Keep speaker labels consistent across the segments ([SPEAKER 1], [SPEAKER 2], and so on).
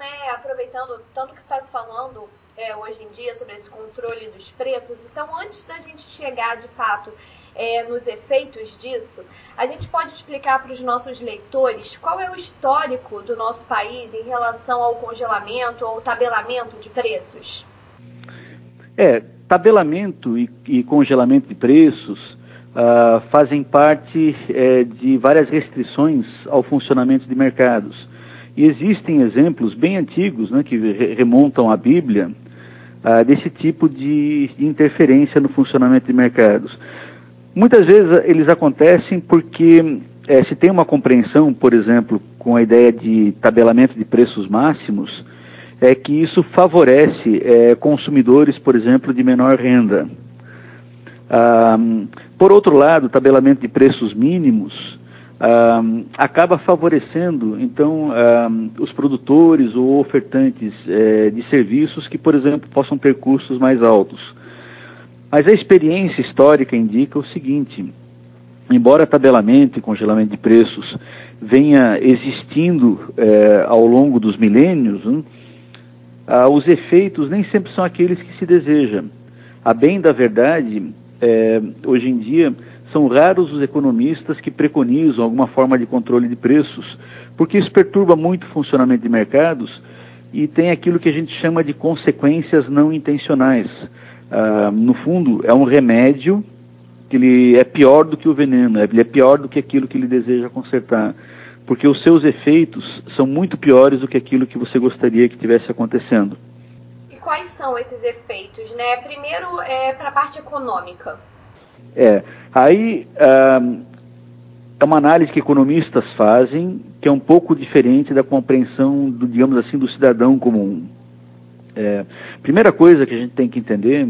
[SPEAKER 1] né, aproveitando tanto que está se falando hoje em dia sobre esse controle dos preços, então antes da gente chegar de fato nos efeitos disso, a gente pode explicar para os nossos leitores qual é o histórico do nosso país em relação ao congelamento ou tabelamento de preços?
[SPEAKER 2] Tabelamento e congelamento de preços fazem parte de várias restrições ao funcionamento de mercados. E existem exemplos bem antigos, né, que remontam à Bíblia, desse tipo de interferência no funcionamento de mercados. Muitas vezes eles acontecem porque se tem uma compreensão, por exemplo, com a ideia de tabelamento de preços máximos, que isso favorece consumidores, por exemplo, de menor renda. Por outro lado, o tabelamento de preços mínimos acaba favorecendo, então, os produtores ou ofertantes de serviços que, por exemplo, possam ter custos mais altos. Mas a experiência histórica indica o seguinte: embora tabelamento e congelamento de preços venha existindo ao longo dos milênios, os efeitos nem sempre são aqueles que se deseja. A bem da verdade, hoje em dia, são raros os economistas que preconizam alguma forma de controle de preços, porque isso perturba muito o funcionamento de mercados e tem aquilo que a gente chama de consequências não intencionais. No fundo, é um remédio que ele é pior do que o veneno, ele é pior do que aquilo que ele deseja consertar, porque os seus efeitos são muito piores do que aquilo que você gostaria que tivesse acontecendo.
[SPEAKER 1] E quais são esses efeitos, né? Primeiro, para a parte econômica.
[SPEAKER 2] Aí é uma análise que economistas fazem, que é um pouco diferente da compreensão, digamos assim, do cidadão comum. Primeira coisa que a gente tem que entender,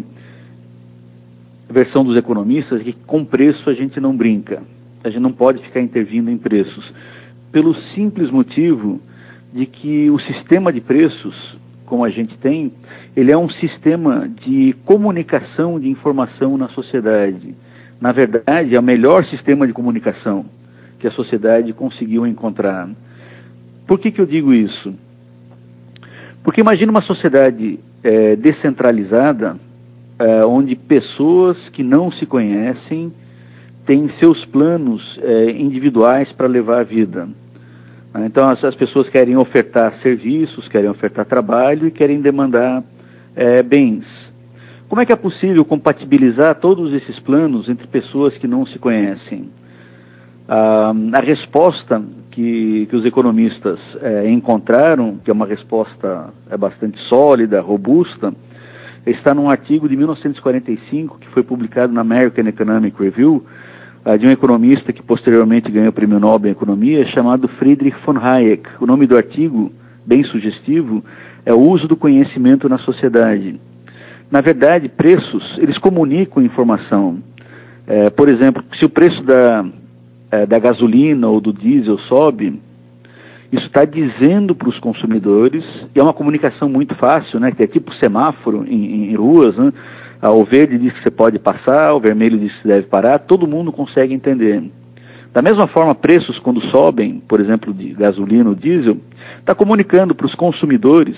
[SPEAKER 2] a versão dos economistas, é que com preço a gente não brinca. A gente não pode ficar intervindo em preços, pelo simples motivo de que o sistema de preços, como a gente tem, ele é um sistema de comunicação de informação na sociedade. Na verdade, é o melhor sistema de comunicação que a sociedade conseguiu encontrar. Por que eu digo isso? Porque imagina uma sociedade descentralizada, onde pessoas que não se conhecem têm seus planos individuais para levar a vida. Então as pessoas querem ofertar serviços, querem ofertar trabalho e querem demandar bens. Como é que é possível compatibilizar todos esses planos entre pessoas que não se conhecem? A resposta que os economistas encontraram, que é uma resposta bastante sólida, robusta, está num artigo de 1945, que foi publicado na American Economic Review, de um economista que posteriormente ganhou o Prêmio Nobel em Economia, chamado Friedrich von Hayek. O nome do artigo, bem sugestivo, é o uso do conhecimento na sociedade. Na verdade, preços, eles comunicam informação. Por exemplo, se o preço da gasolina ou do diesel sobe, isso está dizendo para os consumidores, e é uma comunicação muito fácil, né, que é tipo semáforo em ruas, né? O verde diz que você pode passar, o vermelho diz que você deve parar, todo mundo consegue entender. Da mesma forma, preços quando sobem, por exemplo, de gasolina ou diesel, está comunicando para os consumidores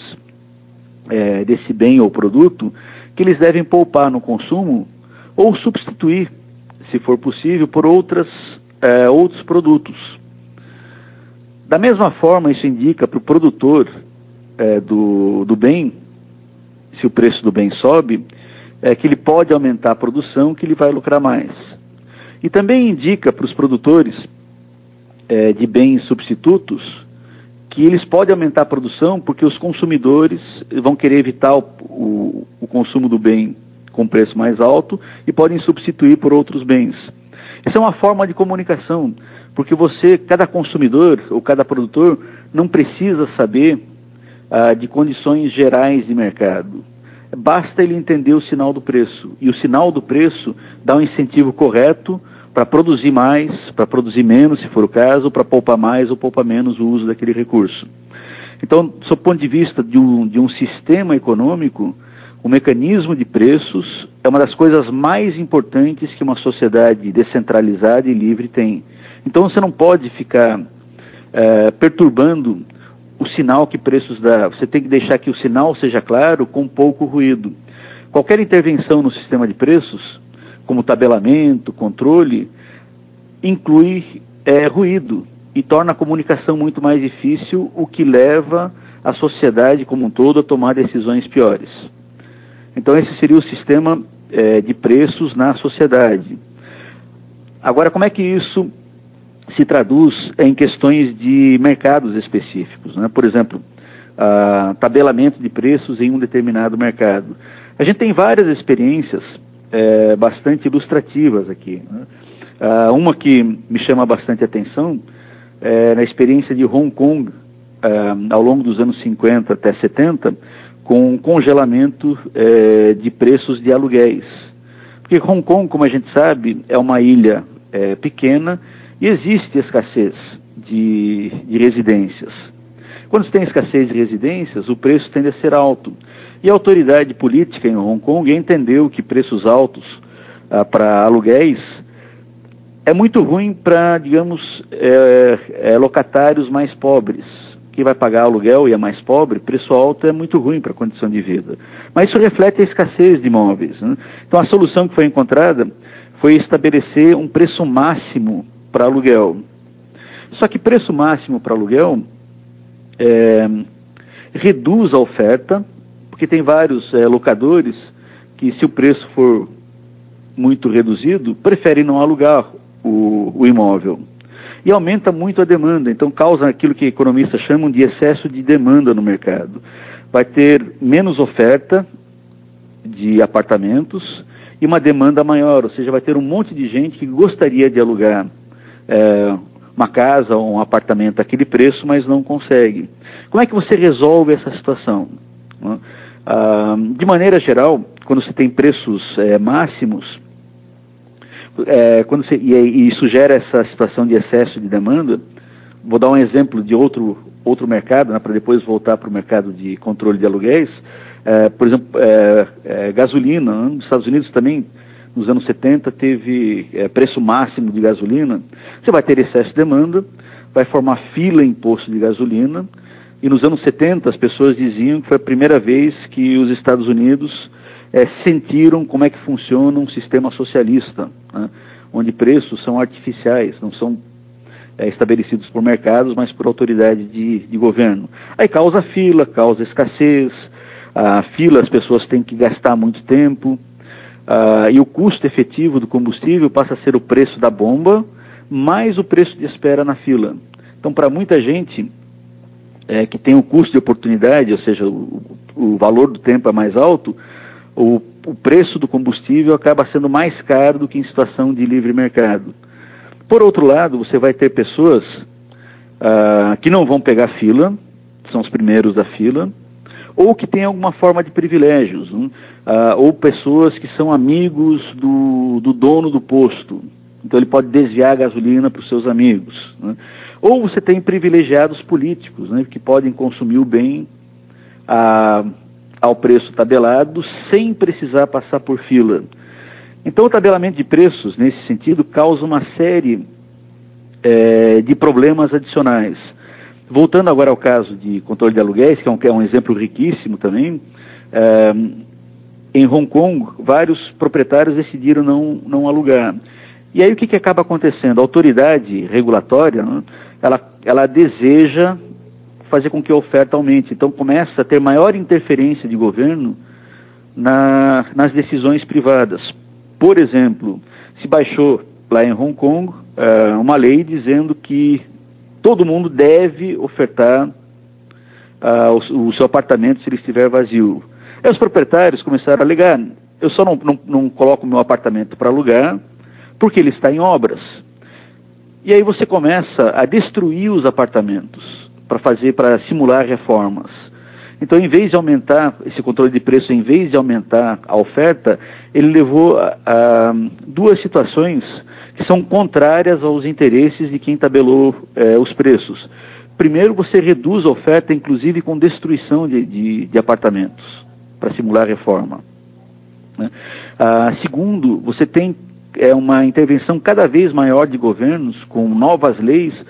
[SPEAKER 2] desse bem ou produto que eles devem poupar no consumo ou substituir, se for possível, por outros produtos. Da mesma forma, isso indica para o produtor do bem, se o preço do bem sobe, que ele pode aumentar a produção, que ele vai lucrar mais. E também indica para os produtores de bens substitutos que eles podem aumentar a produção porque os consumidores vão querer evitar o consumo do bem com preço mais alto e podem substituir por outros bens. Isso é uma forma de comunicação, porque cada consumidor ou cada produtor não precisa saber de condições gerais de mercado. Basta ele entender o sinal do preço, e o sinal do preço dá um incentivo correto para produzir mais, para produzir menos, se for o caso, para poupar mais ou poupar menos o uso daquele recurso. Então, do ponto de vista de um sistema econômico, o mecanismo de preços é uma das coisas mais importantes que uma sociedade descentralizada e livre tem. Então, você não pode ficar perturbando o sinal que preços dá. Você tem que deixar que o sinal seja claro com pouco ruído. Qualquer intervenção no sistema de preços, como tabelamento, controle, inclui ruído e torna a comunicação muito mais difícil, o que leva a sociedade como um todo a tomar decisões piores. Então esse seria o sistema de preços na sociedade. Agora, como é que isso se traduz em questões de mercados específicos, né? Por exemplo, tabelamento de preços em um determinado mercado. A gente tem várias experiências bastante ilustrativas aqui, né? Uma que me chama bastante atenção é na experiência de Hong Kong, ao longo dos anos 50 até 70, com congelamento de preços de aluguéis. Porque Hong Kong, como a gente sabe, é uma ilha pequena e existe escassez de residências. Quando se tem escassez de residências, o preço tende a ser alto. E a autoridade política em Hong Kong entendeu que preços altos para aluguéis é muito ruim para, digamos, locatários mais pobres. Quem vai pagar aluguel e é mais pobre, preço alto é muito ruim para a condição de vida. Mas isso reflete a escassez de imóveis, né? Então a solução que foi encontrada foi estabelecer um preço máximo para aluguel. Só que preço máximo para aluguel reduz a oferta, porque tem vários locadores que, se o preço for muito reduzido, preferem não alugar o imóvel. E aumenta muito a demanda, então causa aquilo que economistas chamam de excesso de demanda no mercado. Vai ter menos oferta de apartamentos e uma demanda maior, ou seja, vai ter um monte de gente que gostaria de alugar uma casa ou um apartamento àquele preço, mas não consegue. Como é que você resolve essa situação? De maneira geral, quando você tem preços máximos, e isso gera essa situação de excesso de demanda, vou dar um exemplo de outro mercado, né, para depois voltar para o mercado de controle de aluguéis. Por exemplo, gasolina, né? Nos Estados Unidos também, nos anos 70, teve preço máximo de gasolina. Você vai ter excesso de demanda, vai formar fila em posto de gasolina, e nos anos 70 as pessoas diziam que foi a primeira vez que os Estados Unidos sentiram como é que funciona um sistema socialista, né, onde preços são artificiais, não são estabelecidos por mercados, mas por autoridade de governo. Aí causa fila, causa escassez, a fila as pessoas têm que gastar muito tempo, e o custo efetivo do combustível passa a ser o preço da bomba, mais o preço de espera na fila. Então, para muita gente que tem o custo de oportunidade, ou seja, o valor do tempo é mais alto, o preço do combustível acaba sendo mais caro do que em situação de livre mercado. Por outro lado, você vai ter pessoas que não vão pegar fila, são os primeiros da fila, ou que têm alguma forma de privilégios, né? Ou pessoas que são amigos do dono do posto, então ele pode desviar a gasolina para os seus amigos, né? Ou você tem privilegiados políticos, né, que podem consumir o bem ao preço tabelado sem precisar passar por fila. Então o tabelamento de preços, nesse sentido, causa uma série de problemas adicionais. Voltando agora ao caso de controle de aluguéis, que é um exemplo riquíssimo também, em Hong Kong, vários proprietários decidiram não alugar. E aí o que acaba acontecendo? A autoridade regulatória, né, ela deseja fazer com que a oferta aumente. Então começa a ter maior interferência de governo nas decisões privadas. Por exemplo, se baixou lá em Hong Kong uma lei dizendo que todo mundo deve ofertar o seu apartamento se ele estiver vazio. Aí os proprietários começaram a alegar: eu só não coloco meu apartamento para alugar porque ele está em obras. E aí você começa a destruir os apartamentos para simular reformas. Então, em vez de aumentar esse controle de preço, em vez de aumentar a oferta, ele levou a duas situações que são contrárias aos interesses de quem tabelou os preços. Primeiro, você reduz a oferta, inclusive com destruição de apartamentos, para simular reforma, né? Segundo, você tem uma intervenção cada vez maior de governos, com novas leis,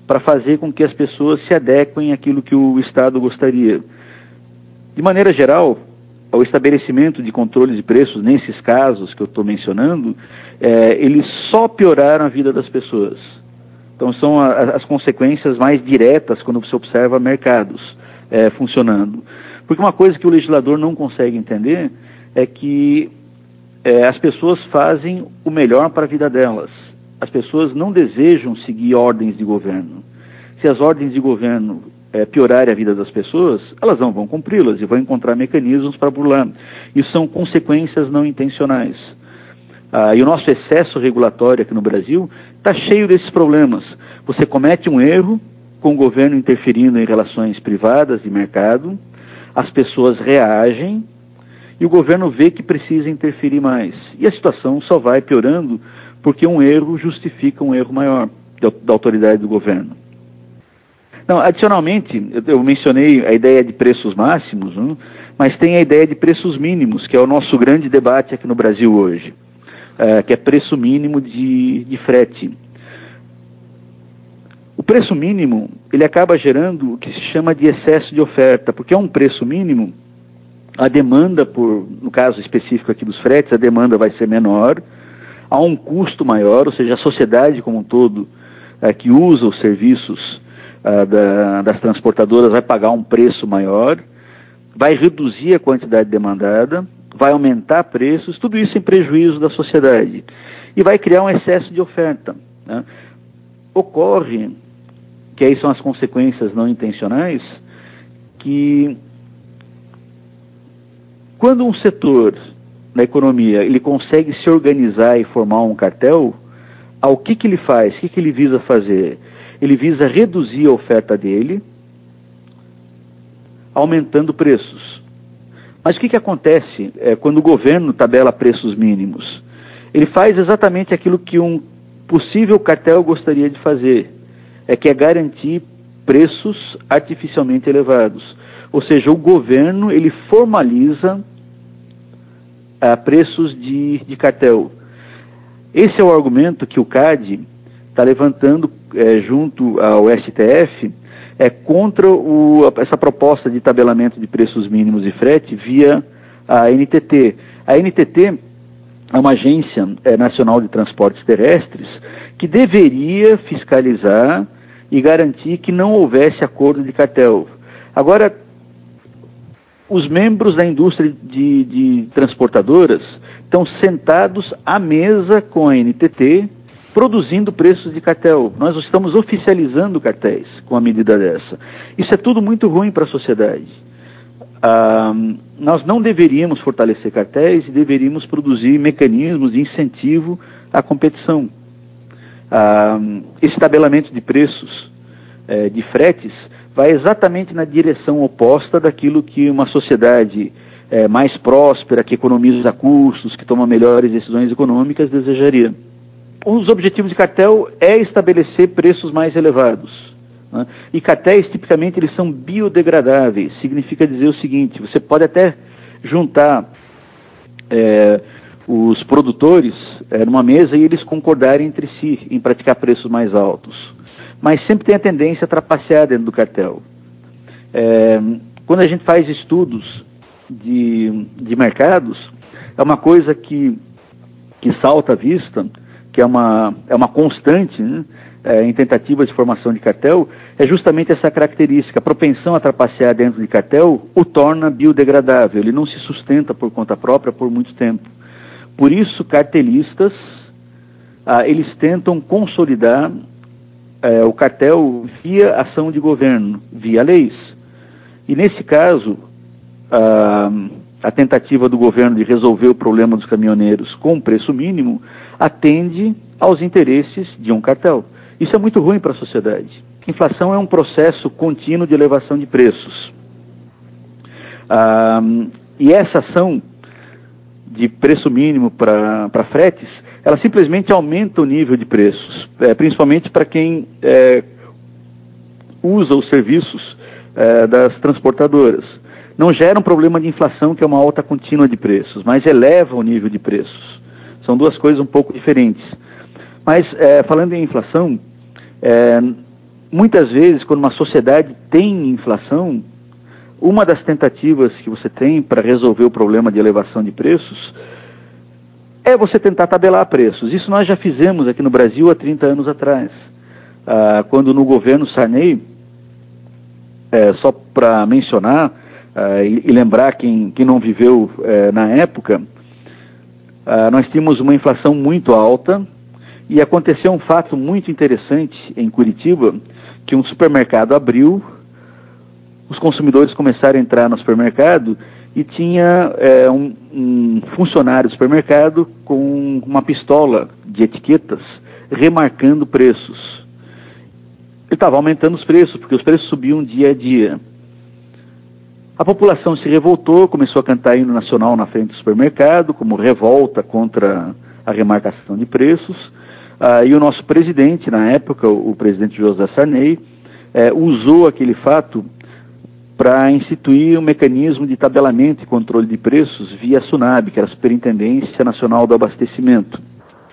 [SPEAKER 2] para fazer com que as pessoas se adequem àquilo que o Estado gostaria. De maneira geral, o estabelecimento de controles de preços, nesses casos que eu estou mencionando, eles só pioraram a vida das pessoas. Então, são as consequências mais diretas quando você observa mercados funcionando. Porque uma coisa que o legislador não consegue entender é que as pessoas fazem o melhor para a vida delas. As pessoas não desejam seguir ordens de governo. Se as ordens de governo piorarem a vida das pessoas, elas não vão cumpri-las e vão encontrar mecanismos para burlar. Isso são consequências não intencionais. E o nosso excesso regulatório aqui no Brasil está cheio desses problemas. Você comete um erro com o governo interferindo em relações privadas de mercado, as pessoas reagem e o governo vê que precisa interferir mais. E a situação só vai piorando porque um erro justifica um erro maior da autoridade do governo. Não, adicionalmente, eu mencionei a ideia de preços máximos, mas tem a ideia de preços mínimos, que é o nosso grande debate aqui no Brasil hoje, que é preço mínimo de frete. O preço mínimo, ele acaba gerando o que se chama de excesso de oferta, porque é um preço mínimo, a demanda, no caso específico aqui dos fretes, a demanda vai ser menor, há um custo maior, ou seja, a sociedade como um todo que usa os serviços das transportadoras vai pagar um preço maior, vai reduzir a quantidade demandada, vai aumentar preços, tudo isso em prejuízo da sociedade. E vai criar um excesso de oferta. Né? Ocorre, que aí são as consequências não intencionais, que quando um setor na economia ele consegue se organizar e formar um cartel, o que ele faz? O que ele visa fazer? Ele visa reduzir a oferta dele, aumentando preços. Mas o que acontece quando o governo tabela preços mínimos? Ele faz exatamente aquilo que um possível cartel gostaria de fazer, que é garantir preços artificialmente elevados. Ou seja, o governo ele formaliza preços de cartel. Esse é o argumento que o CAD está levantando junto ao STF contra essa proposta de tabelamento de preços mínimos de frete via a NTT. A NTT é uma agência nacional de transportes terrestres que deveria fiscalizar e garantir que não houvesse acordo de cartel. Agora, os membros da indústria de transportadoras estão sentados à mesa com a NTT, produzindo preços de cartel. Nós estamos oficializando cartéis com a medida dessa. Isso é tudo muito ruim para a sociedade. Nós não deveríamos fortalecer cartéis e deveríamos produzir mecanismos de incentivo à competição. Esse tabelamento de preços de fretes vai exatamente na direção oposta daquilo que uma sociedade mais próspera, que economiza custos, que toma melhores decisões econômicas, desejaria. Um dos objetivos de cartel é estabelecer preços mais elevados. Né? E cartéis, tipicamente, eles são biodegradáveis. Significa dizer o seguinte, você pode até juntar os produtores numa mesa e eles concordarem entre si em praticar preços mais altos. Mas sempre tem a tendência a trapacear dentro do cartel. Quando a gente faz estudos de mercados, é uma coisa que salta à vista, que é uma constante, né, em tentativas de formação de cartel, é justamente essa característica. A propensão a trapacear dentro de cartel o torna biodegradável, ele não se sustenta por conta própria por muito tempo. Por isso, cartelistas, eles tentam consolidar o cartel via ação de governo, via leis. E nesse caso, a tentativa do governo de resolver o problema dos caminhoneiros com preço mínimo atende aos interesses de um cartel. Isso é muito ruim para a sociedade. Inflação é um processo contínuo de elevação de preços. E essa ação de preço mínimo para fretes, ela simplesmente aumenta o nível de preços, principalmente para quem usa os serviços das transportadoras. Não gera um problema de inflação, que é uma alta contínua de preços, mas eleva o nível de preços. São duas coisas um pouco diferentes. Mas, falando em inflação, muitas vezes, quando uma sociedade tem inflação, uma das tentativas que você tem para resolver o problema de elevação de preços é você tentar tabelar preços. Isso nós já fizemos aqui no Brasil há 30 anos atrás. Quando no governo Sarney, só para mencionar e lembrar quem não viveu na época, nós tínhamos uma inflação muito alta e aconteceu um fato muito interessante em Curitiba, que um supermercado abriu, os consumidores começaram a entrar no supermercado e tinha um funcionário do supermercado com uma pistola de etiquetas remarcando preços. Ele estava aumentando os preços, porque os preços subiam dia a dia. A população se revoltou, começou a cantar hino nacional na frente do supermercado, como revolta contra a remarcação de preços. E o nosso presidente, na época, o presidente José Sarney, usou aquele fato para instituir um mecanismo de tabelamento e controle de preços via SUNAB, que era a Superintendência Nacional do Abastecimento.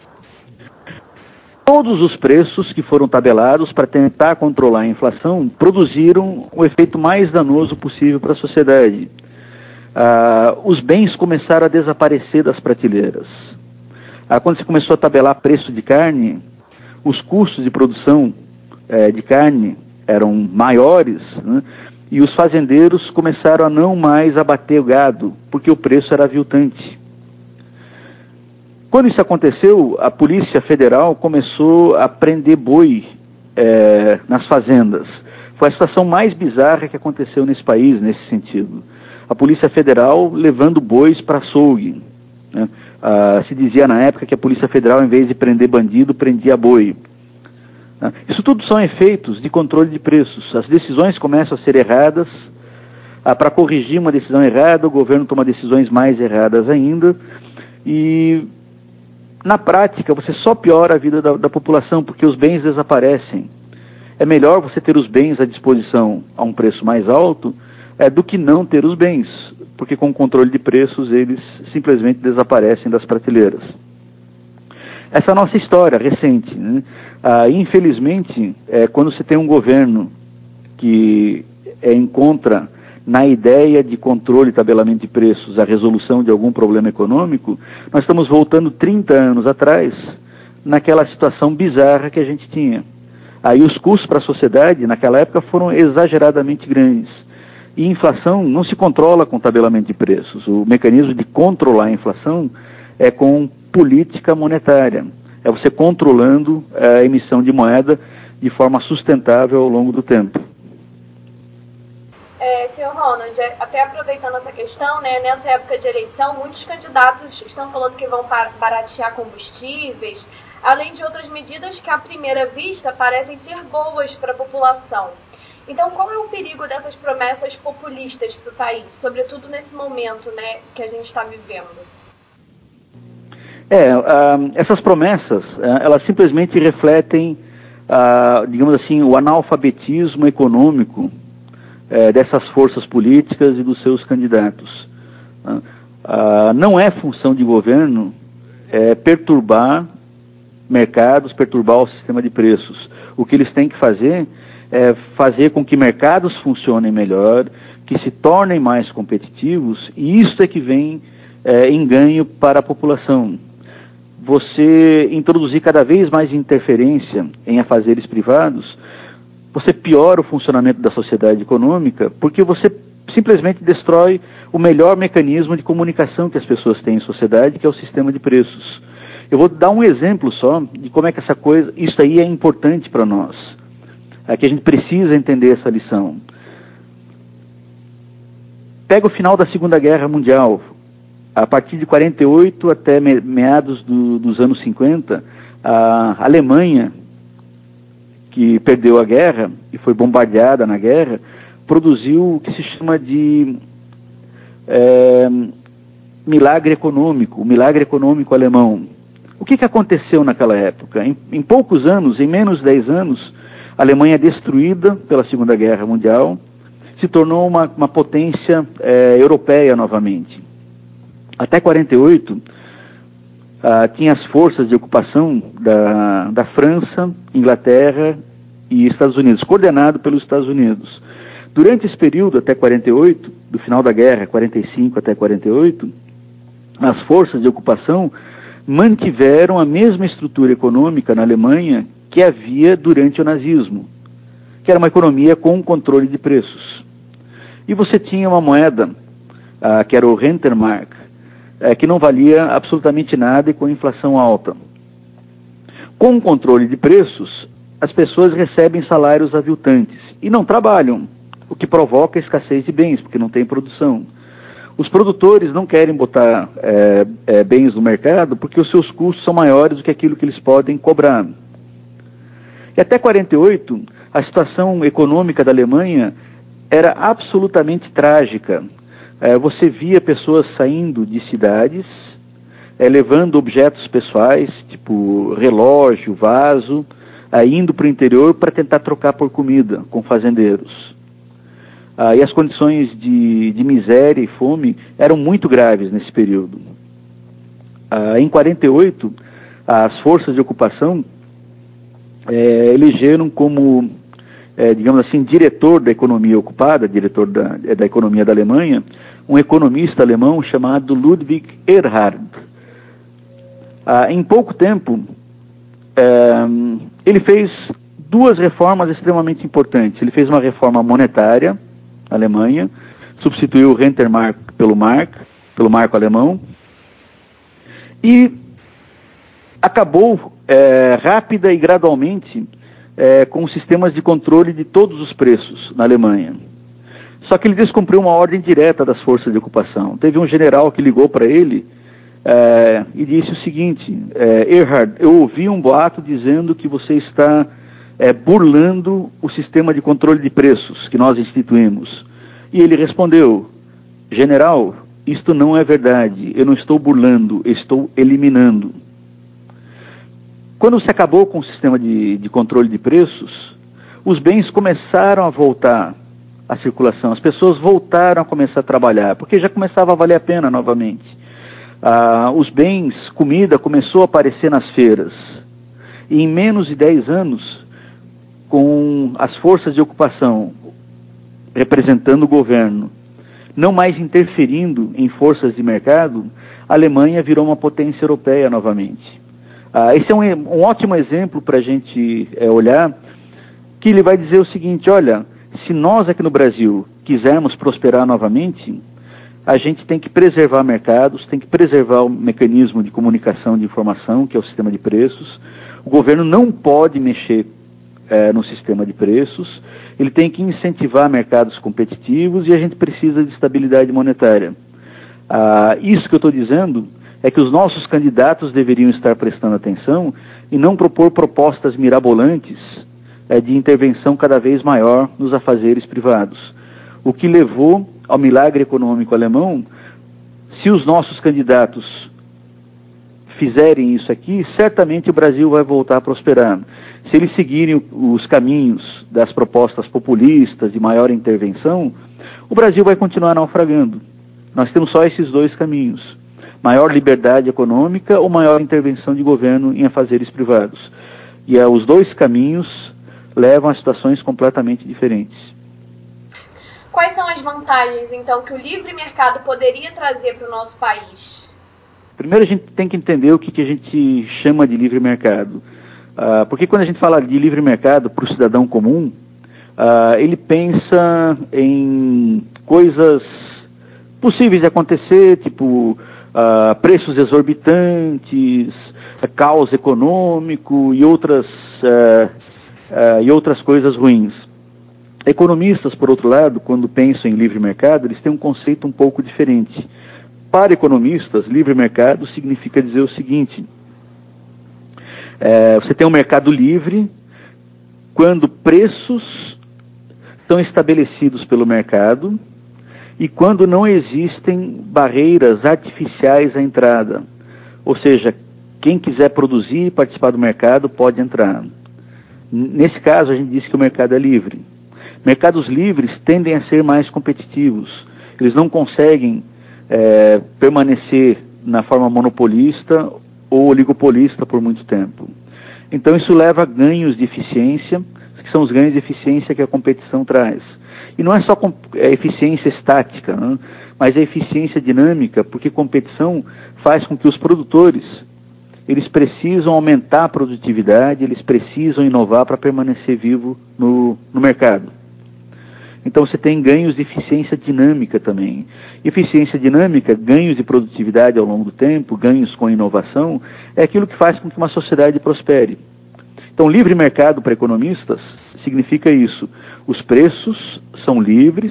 [SPEAKER 2] Todos os preços que foram tabelados para tentar controlar a inflação produziram o efeito mais danoso possível para a sociedade. Os bens começaram a desaparecer das prateleiras. Quando se começou a tabelar preço de carne, os custos de produção de carne eram maiores, né? E os fazendeiros começaram a não mais abater o gado, porque o preço era aviltante. Quando isso aconteceu, a Polícia Federal começou a prender boi nas fazendas. Foi a situação mais bizarra que aconteceu nesse país, nesse sentido. A Polícia Federal levando bois para açougue, né? Se dizia na época que a Polícia Federal, em vez de prender bandido, prendia boi. Isso tudo são efeitos de controle de preços. As decisões começam a ser erradas. Para corrigir uma decisão errada, o governo toma decisões mais erradas ainda. E, na prática, você só piora a vida da população, porque os bens desaparecem. É melhor você ter os bens à disposição a um preço mais alto do que não ter os bens, porque com o controle de preços eles simplesmente desaparecem das prateleiras. Essa é a nossa história recente, né? Infelizmente, quando você tem um governo que encontra na ideia de controle e tabelamento de preços a resolução de algum problema econômico, nós estamos voltando 30 anos atrás naquela situação bizarra que a gente tinha. Aí os custos para a sociedade naquela época foram exageradamente grandes. E inflação não se controla com tabelamento de preços. O mecanismo de controlar a inflação é com política monetária. É você controlando a emissão de moeda de forma sustentável ao longo do tempo.
[SPEAKER 1] Senhor Ronald, até aproveitando essa questão, né, nessa época de eleição, muitos candidatos estão falando que vão baratear combustíveis, além de outras medidas que, à primeira vista, parecem ser boas para a população. Então, qual é o perigo dessas promessas populistas para o país, sobretudo nesse momento, né, que a gente está vivendo?
[SPEAKER 2] Essas promessas, elas simplesmente refletem, digamos assim, o analfabetismo econômico dessas forças políticas e dos seus candidatos. Não é função de governo perturbar mercados, perturbar o sistema de preços. O que eles têm que fazer é fazer com que mercados funcionem melhor, que se tornem mais competitivos, e isso é que vem em ganho para a população. Você introduzir cada vez mais interferência em afazeres privados, você piora o funcionamento da sociedade econômica, porque você simplesmente destrói o melhor mecanismo de comunicação que as pessoas têm em sociedade, que é o sistema de preços. Eu vou dar um exemplo só de como é que isso aí é importante para nós. Que a gente precisa entender essa lição. Pega o final da Segunda Guerra Mundial. A partir de 48 até meados dos anos 50, a Alemanha, que perdeu a guerra e foi bombardeada na guerra, produziu o que se chama de milagre econômico, o milagre econômico alemão. O que aconteceu naquela época? Em poucos anos, em menos de 10 anos, a Alemanha é destruída pela Segunda Guerra Mundial, se tornou uma potência europeia novamente. Até 48, tinha as forças de ocupação da França, Inglaterra e Estados Unidos, coordenado pelos Estados Unidos. Durante esse período, até 48, do final da guerra, 45 até 48, as forças de ocupação mantiveram a mesma estrutura econômica na Alemanha que havia durante o nazismo, que era uma economia com controle de preços. E você tinha uma moeda, que era o Rentenmark, que não valia absolutamente nada e com inflação alta. Com o controle de preços, as pessoas recebem salários aviltantes e não trabalham, o que provoca a escassez de bens, porque não tem produção. Os produtores não querem botar bens no mercado porque os seus custos são maiores do que aquilo que eles podem cobrar. E até 48, a situação econômica da Alemanha era absolutamente trágica. Você via pessoas saindo de cidades, levando objetos pessoais, tipo relógio, vaso, indo para o interior para tentar trocar por comida com fazendeiros. E as condições de miséria e fome eram muito graves nesse período. Em 48, as forças de ocupação elegeram como, digamos assim, diretor da economia ocupada, diretor da economia da Alemanha, um economista alemão chamado Ludwig Erhard. Em pouco tempo, ele fez duas reformas extremamente importantes. Ele fez uma reforma monetária na Alemanha, substituiu o Rentenmark pelo marco alemão, e acabou rápida e gradualmente com sistemas de controle de todos os preços na Alemanha. Só que ele descumpriu uma ordem direta das forças de ocupação. Teve um general que ligou para ele e disse o seguinte: Erhard, eu ouvi um boato dizendo que você está burlando o sistema de controle de preços que nós instituímos. E ele respondeu: general, isto não é verdade, eu não estou burlando, eu estou eliminando. Quando se acabou com o sistema de controle de preços, os bens começaram a voltar à circulação, as pessoas voltaram a começar a trabalhar, porque já começava a valer a pena novamente. Os bens, comida, começou a aparecer nas feiras. E em menos de 10 anos, com as forças de ocupação representando o governo, não mais interferindo em forças de mercado, a Alemanha virou uma potência europeia novamente. Esse é um ótimo exemplo para a gente olhar, que ele vai dizer o seguinte: olha, se nós aqui no Brasil quisermos prosperar novamente, a gente tem que preservar mercados, tem que preservar o mecanismo de comunicação de informação, que é o sistema de preços. O governo não pode mexer no sistema de preços, ele tem que incentivar mercados competitivos e a gente precisa de estabilidade monetária. Isso que eu estou dizendo é que os nossos candidatos deveriam estar prestando atenção e não propor propostas mirabolantes de intervenção cada vez maior nos afazeres privados. O que levou ao milagre econômico alemão, se os nossos candidatos fizerem isso aqui, certamente o Brasil vai voltar a prosperar. Se eles seguirem os caminhos das propostas populistas de maior intervenção, o Brasil vai continuar naufragando. Nós temos só esses dois caminhos: maior liberdade econômica ou maior intervenção de governo em afazeres privados. E os dois caminhos levam a situações completamente diferentes.
[SPEAKER 1] Quais são as vantagens, então, que o livre mercado poderia trazer para o nosso país?
[SPEAKER 2] Primeiro a gente tem que entender o que a gente chama de livre mercado. Porque quando a gente fala de livre mercado para o cidadão comum, ele pensa em coisas possíveis de acontecer, tipo preços exorbitantes, caos econômico e outras coisas ruins. Economistas, por outro lado, quando pensam em livre mercado, eles têm um conceito um pouco diferente. Para economistas, livre mercado significa dizer o seguinte: você tem um mercado livre quando preços são estabelecidos pelo mercado e quando não existem barreiras artificiais à entrada. Ou seja, quem quiser produzir e participar do mercado pode entrar. Nesse caso, a gente diz que o mercado é livre. Mercados livres tendem a ser mais competitivos. Eles não conseguem permanecer na forma monopolista ou oligopolista por muito tempo. Então isso leva a ganhos de eficiência. que são os ganhos de eficiência que a competição traz. E não é só eficiência estática, né? Mas a eficiência dinâmica, porque competição faz com que os produtores, eles precisam aumentar a produtividade, eles precisam inovar para permanecer vivo no mercado. Então você tem ganhos de eficiência dinâmica também. Eficiência dinâmica, ganhos de produtividade ao longo do tempo, ganhos com inovação, é aquilo que faz com que uma sociedade prospere. Então, livre mercado para economistas significa isso. Os preços são livres,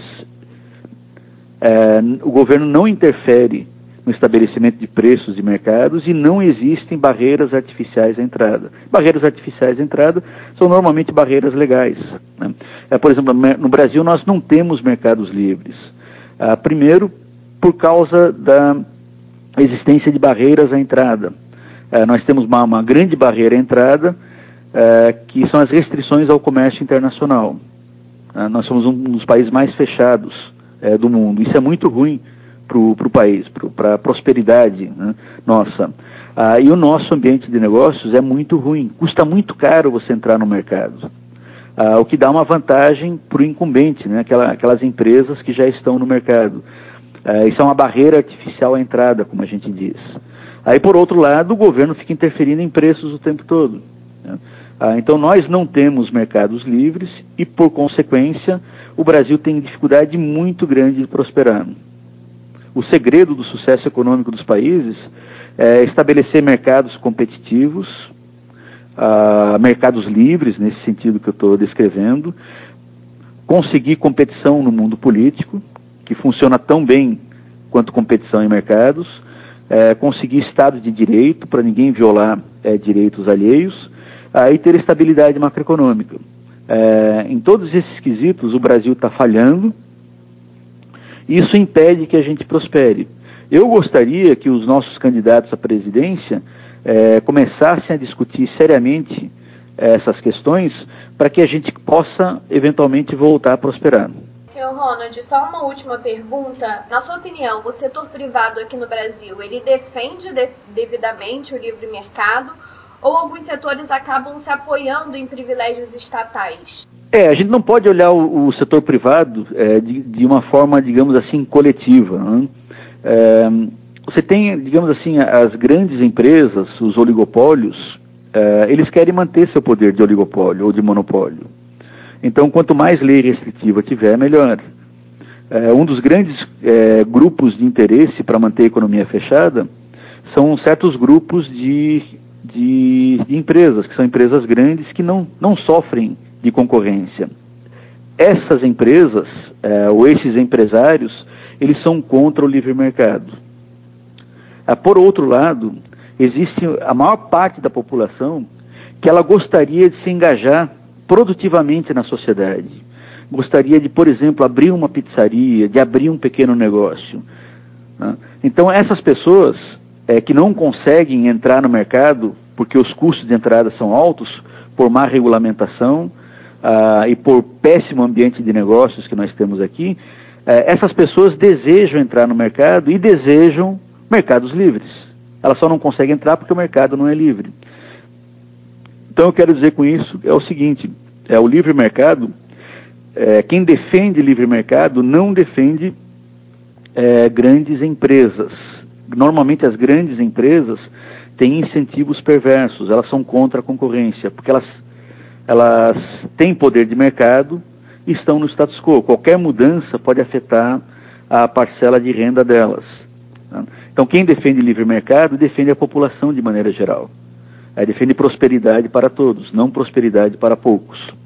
[SPEAKER 2] o governo não interfere no estabelecimento de preços de mercados e não existem barreiras artificiais à entrada. Barreiras artificiais à entrada são normalmente barreiras legais, né? Por exemplo, no Brasil nós não temos mercados livres. Primeiro, por causa da existência de barreiras à entrada. Nós temos uma grande barreira à entrada, que são as restrições ao comércio internacional. Nós somos um dos países mais fechados do mundo. Isso é muito ruim para o país, para a prosperidade, né, nossa. E o nosso ambiente de negócios é muito ruim. Custa muito caro você entrar no mercado. O que dá uma vantagem para o incumbente, né, aquelas empresas que já estão no mercado. Isso é uma barreira artificial à entrada, como a gente diz. Aí, por outro lado, o governo fica interferindo em preços o tempo todo, né? Então, nós não temos mercados livres e, por consequência, o Brasil tem dificuldade muito grande de prosperar. O segredo do sucesso econômico dos países é estabelecer mercados competitivos, mercados livres, nesse sentido que eu estou descrevendo, conseguir competição no mundo político, que funciona tão bem quanto competição em mercados, conseguir Estado de Direito, para ninguém violar direitos alheios, e ter estabilidade macroeconômica. Em todos esses quesitos, o Brasil está falhando. Isso impede que a gente prospere. Eu gostaria que os nossos candidatos à presidência começassem a discutir seriamente essas questões para que a gente possa, eventualmente, voltar a prosperar.
[SPEAKER 1] Senhor Ronald, só uma última pergunta. Na sua opinião, o setor privado aqui no Brasil, ele defende devidamente o livre mercado ou alguns setores acabam se apoiando em privilégios estatais?
[SPEAKER 2] A gente não pode olhar o setor privado de uma forma, digamos assim, coletiva, né? Você tem, digamos assim, as grandes empresas, os oligopólios, eles querem manter seu poder de oligopólio ou de monopólio. Então, quanto mais lei restritiva tiver, melhor. Um dos grandes grupos de interesse para manter a economia fechada são certos grupos de empresas, que são empresas grandes que não sofrem de concorrência. Essas empresas, ou esses empresários, eles são contra o livre mercado. Por outro lado, existe a maior parte da população que ela gostaria de se engajar produtivamente na sociedade. Gostaria de, por exemplo, abrir uma pizzaria, de abrir um pequeno negócio, né? Então, essas pessoas que não conseguem entrar no mercado porque os custos de entrada são altos, por má regulamentação e por péssimo ambiente de negócios que nós temos aqui, essas pessoas desejam entrar no mercado e desejam mercados livres. Elas só não conseguem entrar porque o mercado não é livre. Então eu quero dizer com isso o seguinte, o livre mercado, quem defende livre mercado não defende grandes empresas. Normalmente as grandes empresas têm incentivos perversos, elas são contra a concorrência, porque elas têm poder de mercado e estão no status quo. Qualquer mudança pode afetar a parcela de renda delas. Então quem defende livre mercado defende a população de maneira geral. Defende prosperidade para todos, não prosperidade para poucos.